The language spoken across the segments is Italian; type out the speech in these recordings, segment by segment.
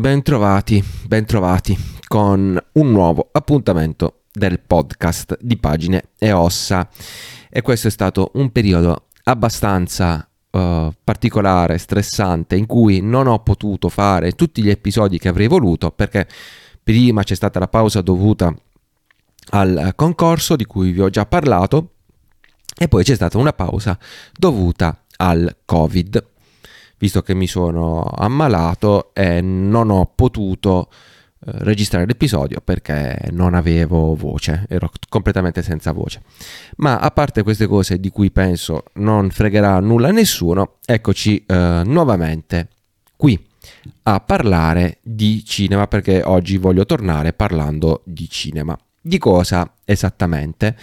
bentrovati con un nuovo appuntamento del podcast di Pagine e Ossa. E questo è stato un periodo abbastanza particolare, stressante, in cui non ho potuto fare tutti gli episodi che avrei voluto, perché prima c'è stata la pausa dovuta al concorso di cui vi ho già parlato, e poi c'è stata una pausa dovuta al Covid, visto che mi sono ammalato e non ho potuto registrare l'episodio perché non avevo voce, ero completamente senza voce. Ma a parte queste cose di cui penso non fregherà nulla a nessuno, eccoci nuovamente qui a parlare di cinema, perché oggi voglio tornare parlando di cinema. Di cosa esattamente?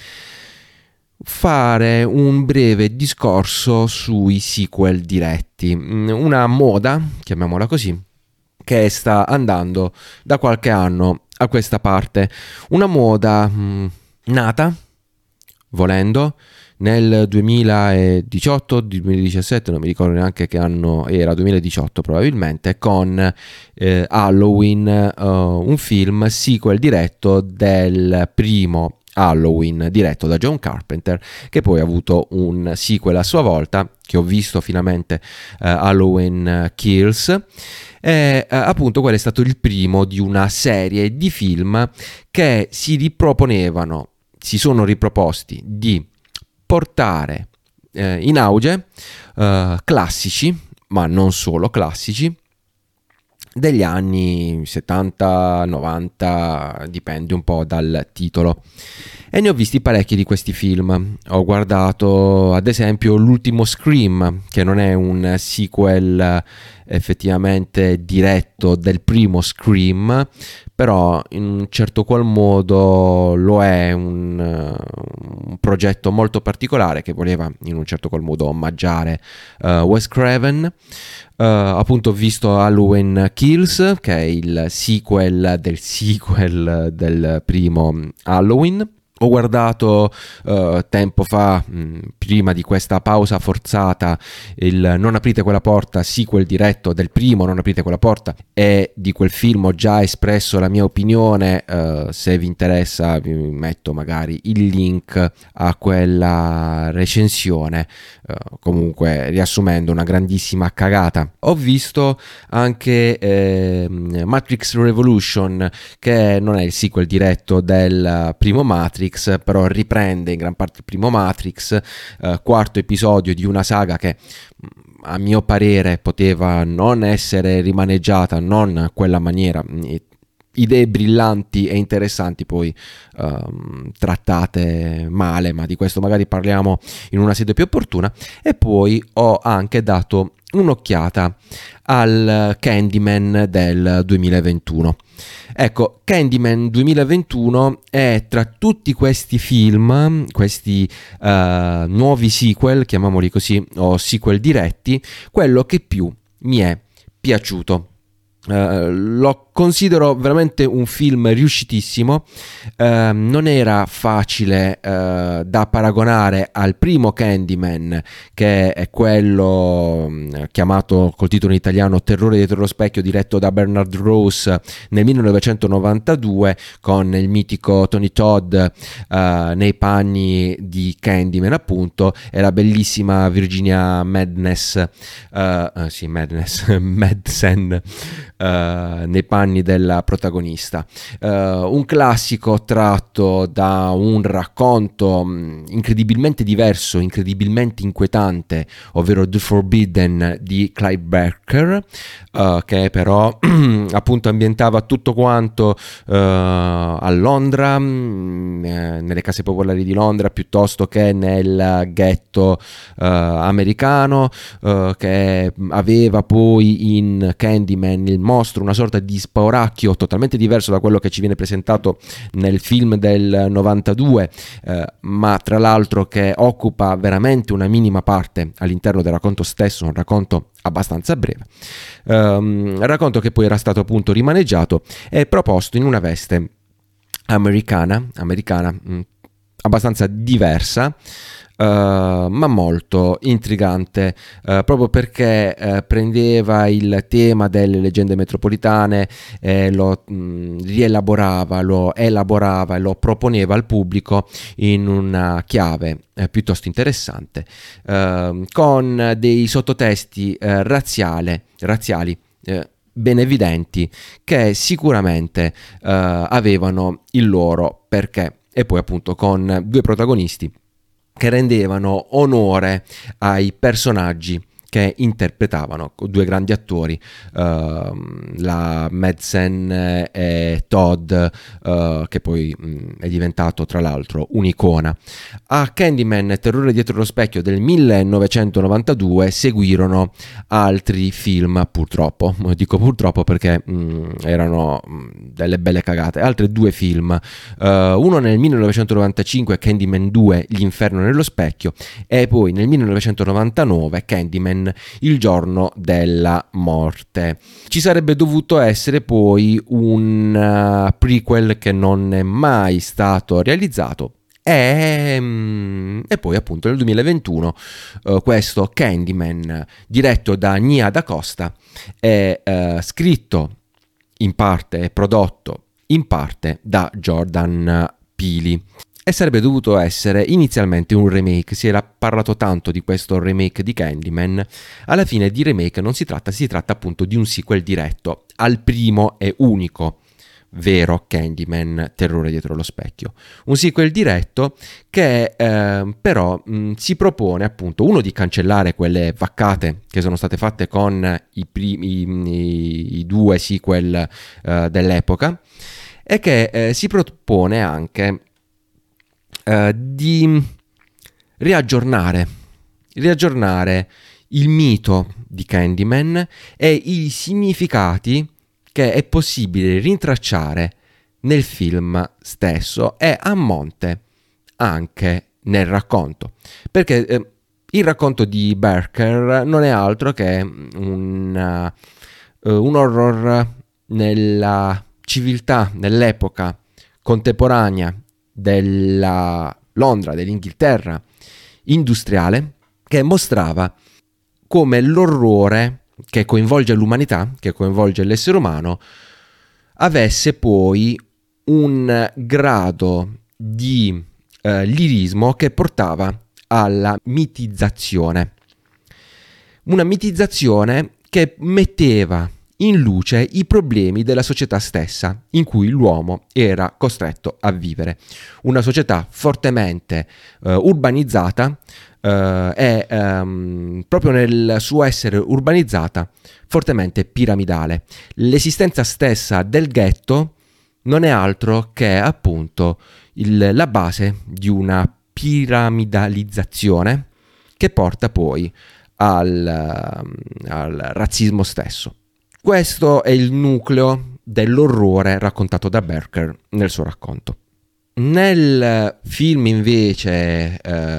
Fare un breve discorso sui sequel diretti, una moda, chiamiamola così, che sta andando da qualche anno a questa parte, una moda nata, volendo, nel 2018-2017, non mi ricordo neanche che anno era, 2018 probabilmente, con Halloween, un film sequel diretto del primo Halloween diretto da John Carpenter, che poi ha avuto un sequel a sua volta, che ho visto finalmente, Halloween Kills. E appunto quello è stato il primo di una serie di film che si sono riproposti di portare in auge classici, ma non solo classici, degli anni 70-90, dipende un po' dal titolo. E ne ho visti parecchi di questi film. Ho guardato ad esempio l'ultimo Scream, che non è un sequel effettivamente diretto del primo Scream, però in un certo qual modo lo è, un progetto molto particolare che voleva in un certo qual modo omaggiare Wes Craven. Appunto ho visto Halloween Kills, che è il sequel del primo Halloween. Ho guardato tempo fa, prima di questa pausa forzata, il Non aprite quella porta, sequel diretto del primo Non aprite quella porta, e di quel film ho già espresso la mia opinione. Se vi interessa vi metto magari il link a quella recensione. Comunque, riassumendo, una grandissima cagata. Ho visto anche Matrix Revolution, che non è il sequel diretto del primo Matrix, però riprende in gran parte il primo Matrix, quarto episodio di una saga che a mio parere poteva non essere rimaneggiata, non a quella maniera. Idee brillanti e interessanti, poi trattate male, ma di questo magari parliamo in una sede più opportuna. E poi ho anche dato un'occhiata al Candyman del 2021. Ecco, Candyman 2021 è, tra tutti questi film, questi nuovi sequel, chiamiamoli così, o sequel diretti, quello che più mi è piaciuto. Lo considero veramente un film riuscitissimo. Non era facile da paragonare al primo Candyman, che è quello chiamato col titolo in italiano Terrore dietro lo specchio, diretto da Bernard Rose nel 1992, con il mitico Tony Todd nei panni di Candyman, appunto, e la bellissima Virginia Madsen nei panni della protagonista. Un classico tratto da un racconto incredibilmente diverso, incredibilmente inquietante, ovvero The Forbidden di Clive Barker, che però appunto ambientava tutto quanto a Londra, nelle case popolari di Londra, piuttosto che nel ghetto americano, che aveva poi in Candyman il mostro una sorta di spauracchio totalmente diverso da quello che ci viene presentato nel film del 92, ma tra l'altro che occupa veramente una minima parte all'interno del racconto stesso, un racconto abbastanza breve, racconto che poi era stato appunto rimaneggiato e proposto in una veste americana abbastanza diversa, ma molto intrigante, proprio perché prendeva il tema delle leggende metropolitane e lo rielaborava, lo elaborava e lo proponeva al pubblico in una chiave piuttosto interessante, con dei sottotesti razziali ben evidenti, che sicuramente avevano il loro perché, e poi appunto con due protagonisti che rendevano onore ai personaggi che interpretavano, due grandi attori, la Madsen e Todd, che poi è diventato tra l'altro un'icona. A Candyman, Terrore dietro lo specchio del 1992 seguirono altri film, purtroppo, dico purtroppo perché erano delle belle cagate, altri due film, uno nel 1995, Candyman 2, L'inferno nello specchio, e poi nel 1999 Candyman, il giorno della morte. Ci sarebbe dovuto essere poi un prequel che non è mai stato realizzato. E poi appunto nel 2021 questo Candyman, diretto da Nia Da Costa, è scritto in parte e prodotto in parte da Jordan Peele. E sarebbe dovuto essere inizialmente un remake. Si era parlato tanto di questo remake di Candyman. Alla fine di remake non si tratta, si tratta appunto di un sequel diretto al primo e unico vero Candyman, Terrore dietro lo specchio. Un sequel diretto che però si propone appunto uno di cancellare quelle vaccate che sono state fatte con i due sequel dell'epoca, e che si propone anche di riaggiornare il mito di Candyman e i significati che è possibile rintracciare nel film stesso e a monte anche nel racconto, perché il racconto di Barker non è altro che un horror nella civiltà, nell'epoca contemporanea della Londra, dell'Inghilterra industriale, che mostrava come l'orrore che coinvolge l'umanità, che coinvolge l'essere umano, avesse poi un grado di lirismo che portava alla mitizzazione. Una mitizzazione che metteva in luce i problemi della società stessa in cui l'uomo era costretto a vivere. Una società fortemente urbanizzata e proprio nel suo essere urbanizzata fortemente piramidale. L'esistenza stessa del ghetto non è altro che appunto la base di una piramidalizzazione che porta poi al razzismo stesso. Questo è il nucleo dell'orrore raccontato da Barker nel suo racconto. Nel film invece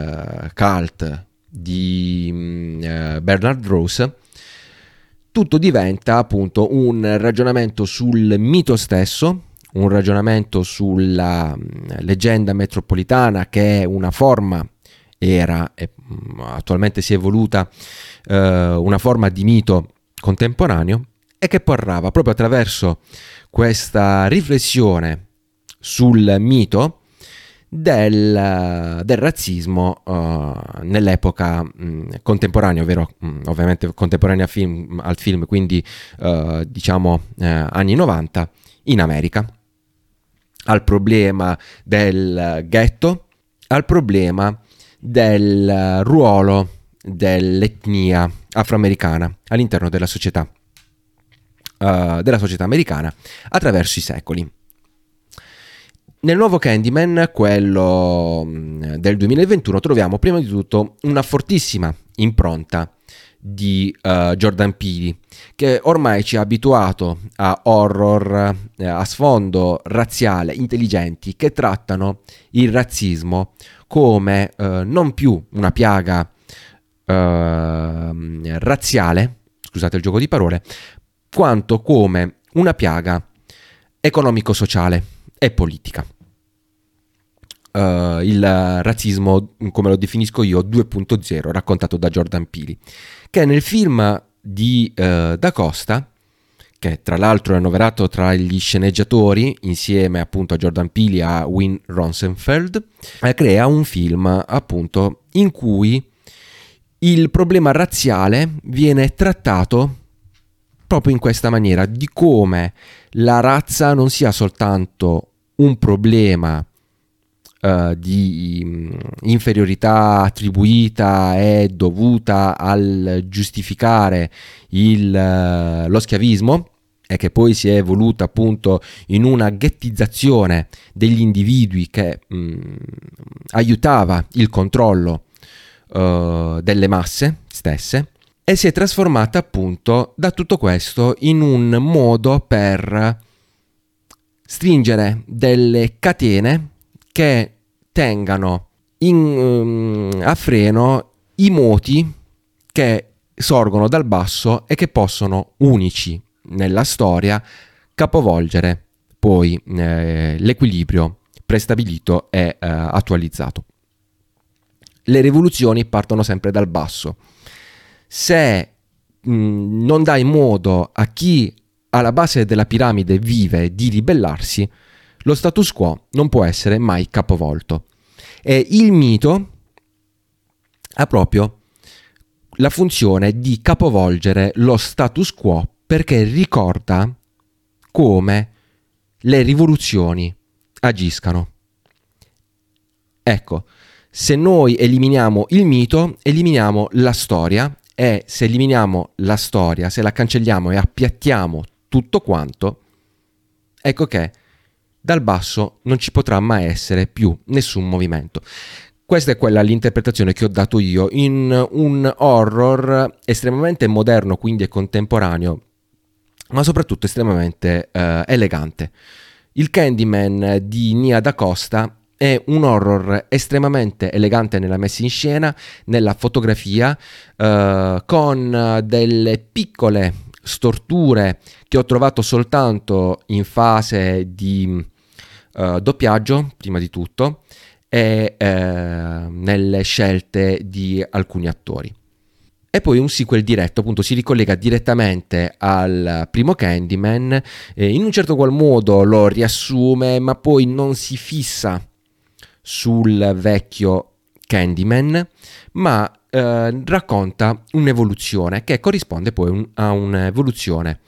cult di Bernard Rose, tutto diventa appunto un ragionamento sul mito stesso, un ragionamento sulla leggenda metropolitana, che è una forma, era e attualmente si è evoluta, una forma di mito contemporaneo, e che parlava proprio attraverso questa riflessione sul mito del razzismo nell'epoca contemporanea, ovvero ovviamente contemporanea al film, quindi diciamo anni 90 in America, al problema del ghetto, al problema del ruolo dell'etnia afroamericana all'interno della società americana attraverso i secoli. Nel nuovo Candyman, quello del 2021, troviamo prima di tutto una fortissima impronta di Jordan Peele, che ormai ci ha abituato a horror a sfondo razziale intelligenti, che trattano il razzismo come non più una piaga razziale, scusate il gioco di parole, quanto come una piaga economico-sociale e politica. il razzismo, come lo definisco io, 2.0, raccontato da Jordan Peele, che nel film di Da Costa, che tra l'altro è annoverato tra gli sceneggiatori insieme appunto a Jordan Peele e a Win Rosenfeld, crea un film appunto in cui il problema razziale viene trattato proprio in questa maniera, di come la razza non sia soltanto un problema di inferiorità attribuita e dovuta al giustificare lo schiavismo, e che poi si è evoluta appunto in una ghettizzazione degli individui che aiutava il controllo delle masse stesse, e si è trasformata appunto da tutto questo in un modo per stringere delle catene che tengano a freno i moti che sorgono dal basso e che possono, unici nella storia, capovolgere poi l'equilibrio prestabilito e attualizzato. Le rivoluzioni partono sempre dal basso. Se non dai modo a chi alla base della piramide vive di ribellarsi, lo status quo non può essere mai capovolto. E il mito ha proprio la funzione di capovolgere lo status quo, perché ricorda come le rivoluzioni agiscano. Ecco, se noi eliminiamo il mito, eliminiamo la storia, e se eliminiamo la storia, se la cancelliamo e appiattiamo tutto quanto, ecco che dal basso non ci potrà mai essere più nessun movimento. Questa è l'interpretazione che ho dato io in un horror estremamente moderno, quindi contemporaneo, ma soprattutto estremamente elegante. Il Candyman di Nia Da Costa è un horror estremamente elegante nella messa in scena, nella fotografia, con delle piccole storture che ho trovato soltanto in fase di doppiaggio, prima di tutto, e nelle scelte di alcuni attori. E poi un sequel diretto, appunto, si ricollega direttamente al primo Candyman, in un certo qual modo lo riassume, ma poi non si fissa sul vecchio Candyman, ma racconta un'evoluzione che corrisponde poi a un'evoluzione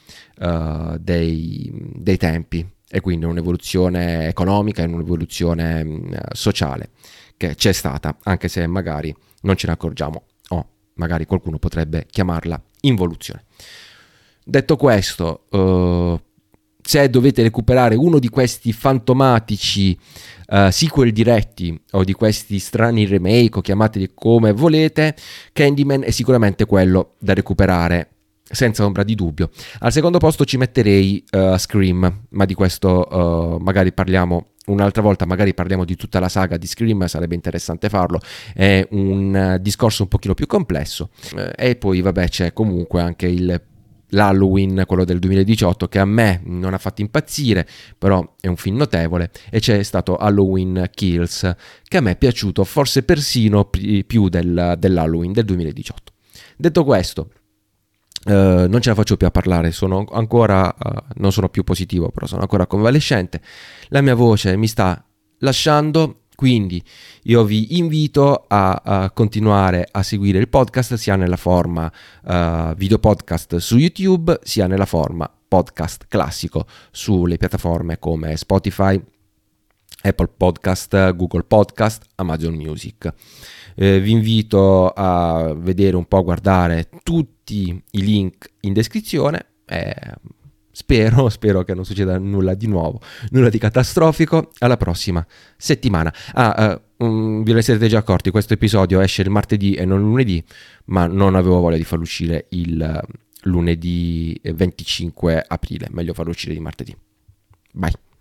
dei tempi, e quindi un'evoluzione economica e un'evoluzione sociale che c'è stata, anche se magari non ce ne accorgiamo, o magari qualcuno potrebbe chiamarla involuzione. Detto questo, se dovete recuperare uno di questi fantomatici sequel diretti o di questi strani remake, o chiamateli come volete, Candyman è sicuramente quello da recuperare senza ombra di dubbio. Al secondo posto ci metterei Scream, ma di questo magari parliamo un'altra volta, magari parliamo di tutta la saga di Scream, sarebbe interessante farlo, è un discorso un pochino più complesso. E poi vabbè, c'è comunque anche l'Halloween, quello del 2018, che a me non ha fatto impazzire, però è un film notevole, e c'è stato Halloween Kills, che a me è piaciuto forse persino più dell'Halloween del 2018. Detto questo, non ce la faccio più a parlare, sono ancora non sono più positivo, però sono ancora convalescente, la mia voce mi sta lasciando, quindi io vi invito a continuare a seguire il podcast, sia nella forma video podcast su YouTube, sia nella forma podcast classico sulle piattaforme come Spotify, Apple Podcast, Google Podcast, Amazon Music. Vi invito a vedere un po', a guardare tutti i link in descrizione. Spero che non succeda nulla di nuovo, nulla di catastrofico. Alla prossima settimana. Vi siete già accorti, questo episodio esce il martedì e non il lunedì, ma non avevo voglia di farlo uscire il lunedì 25 aprile, meglio farlo uscire di martedì. Bye.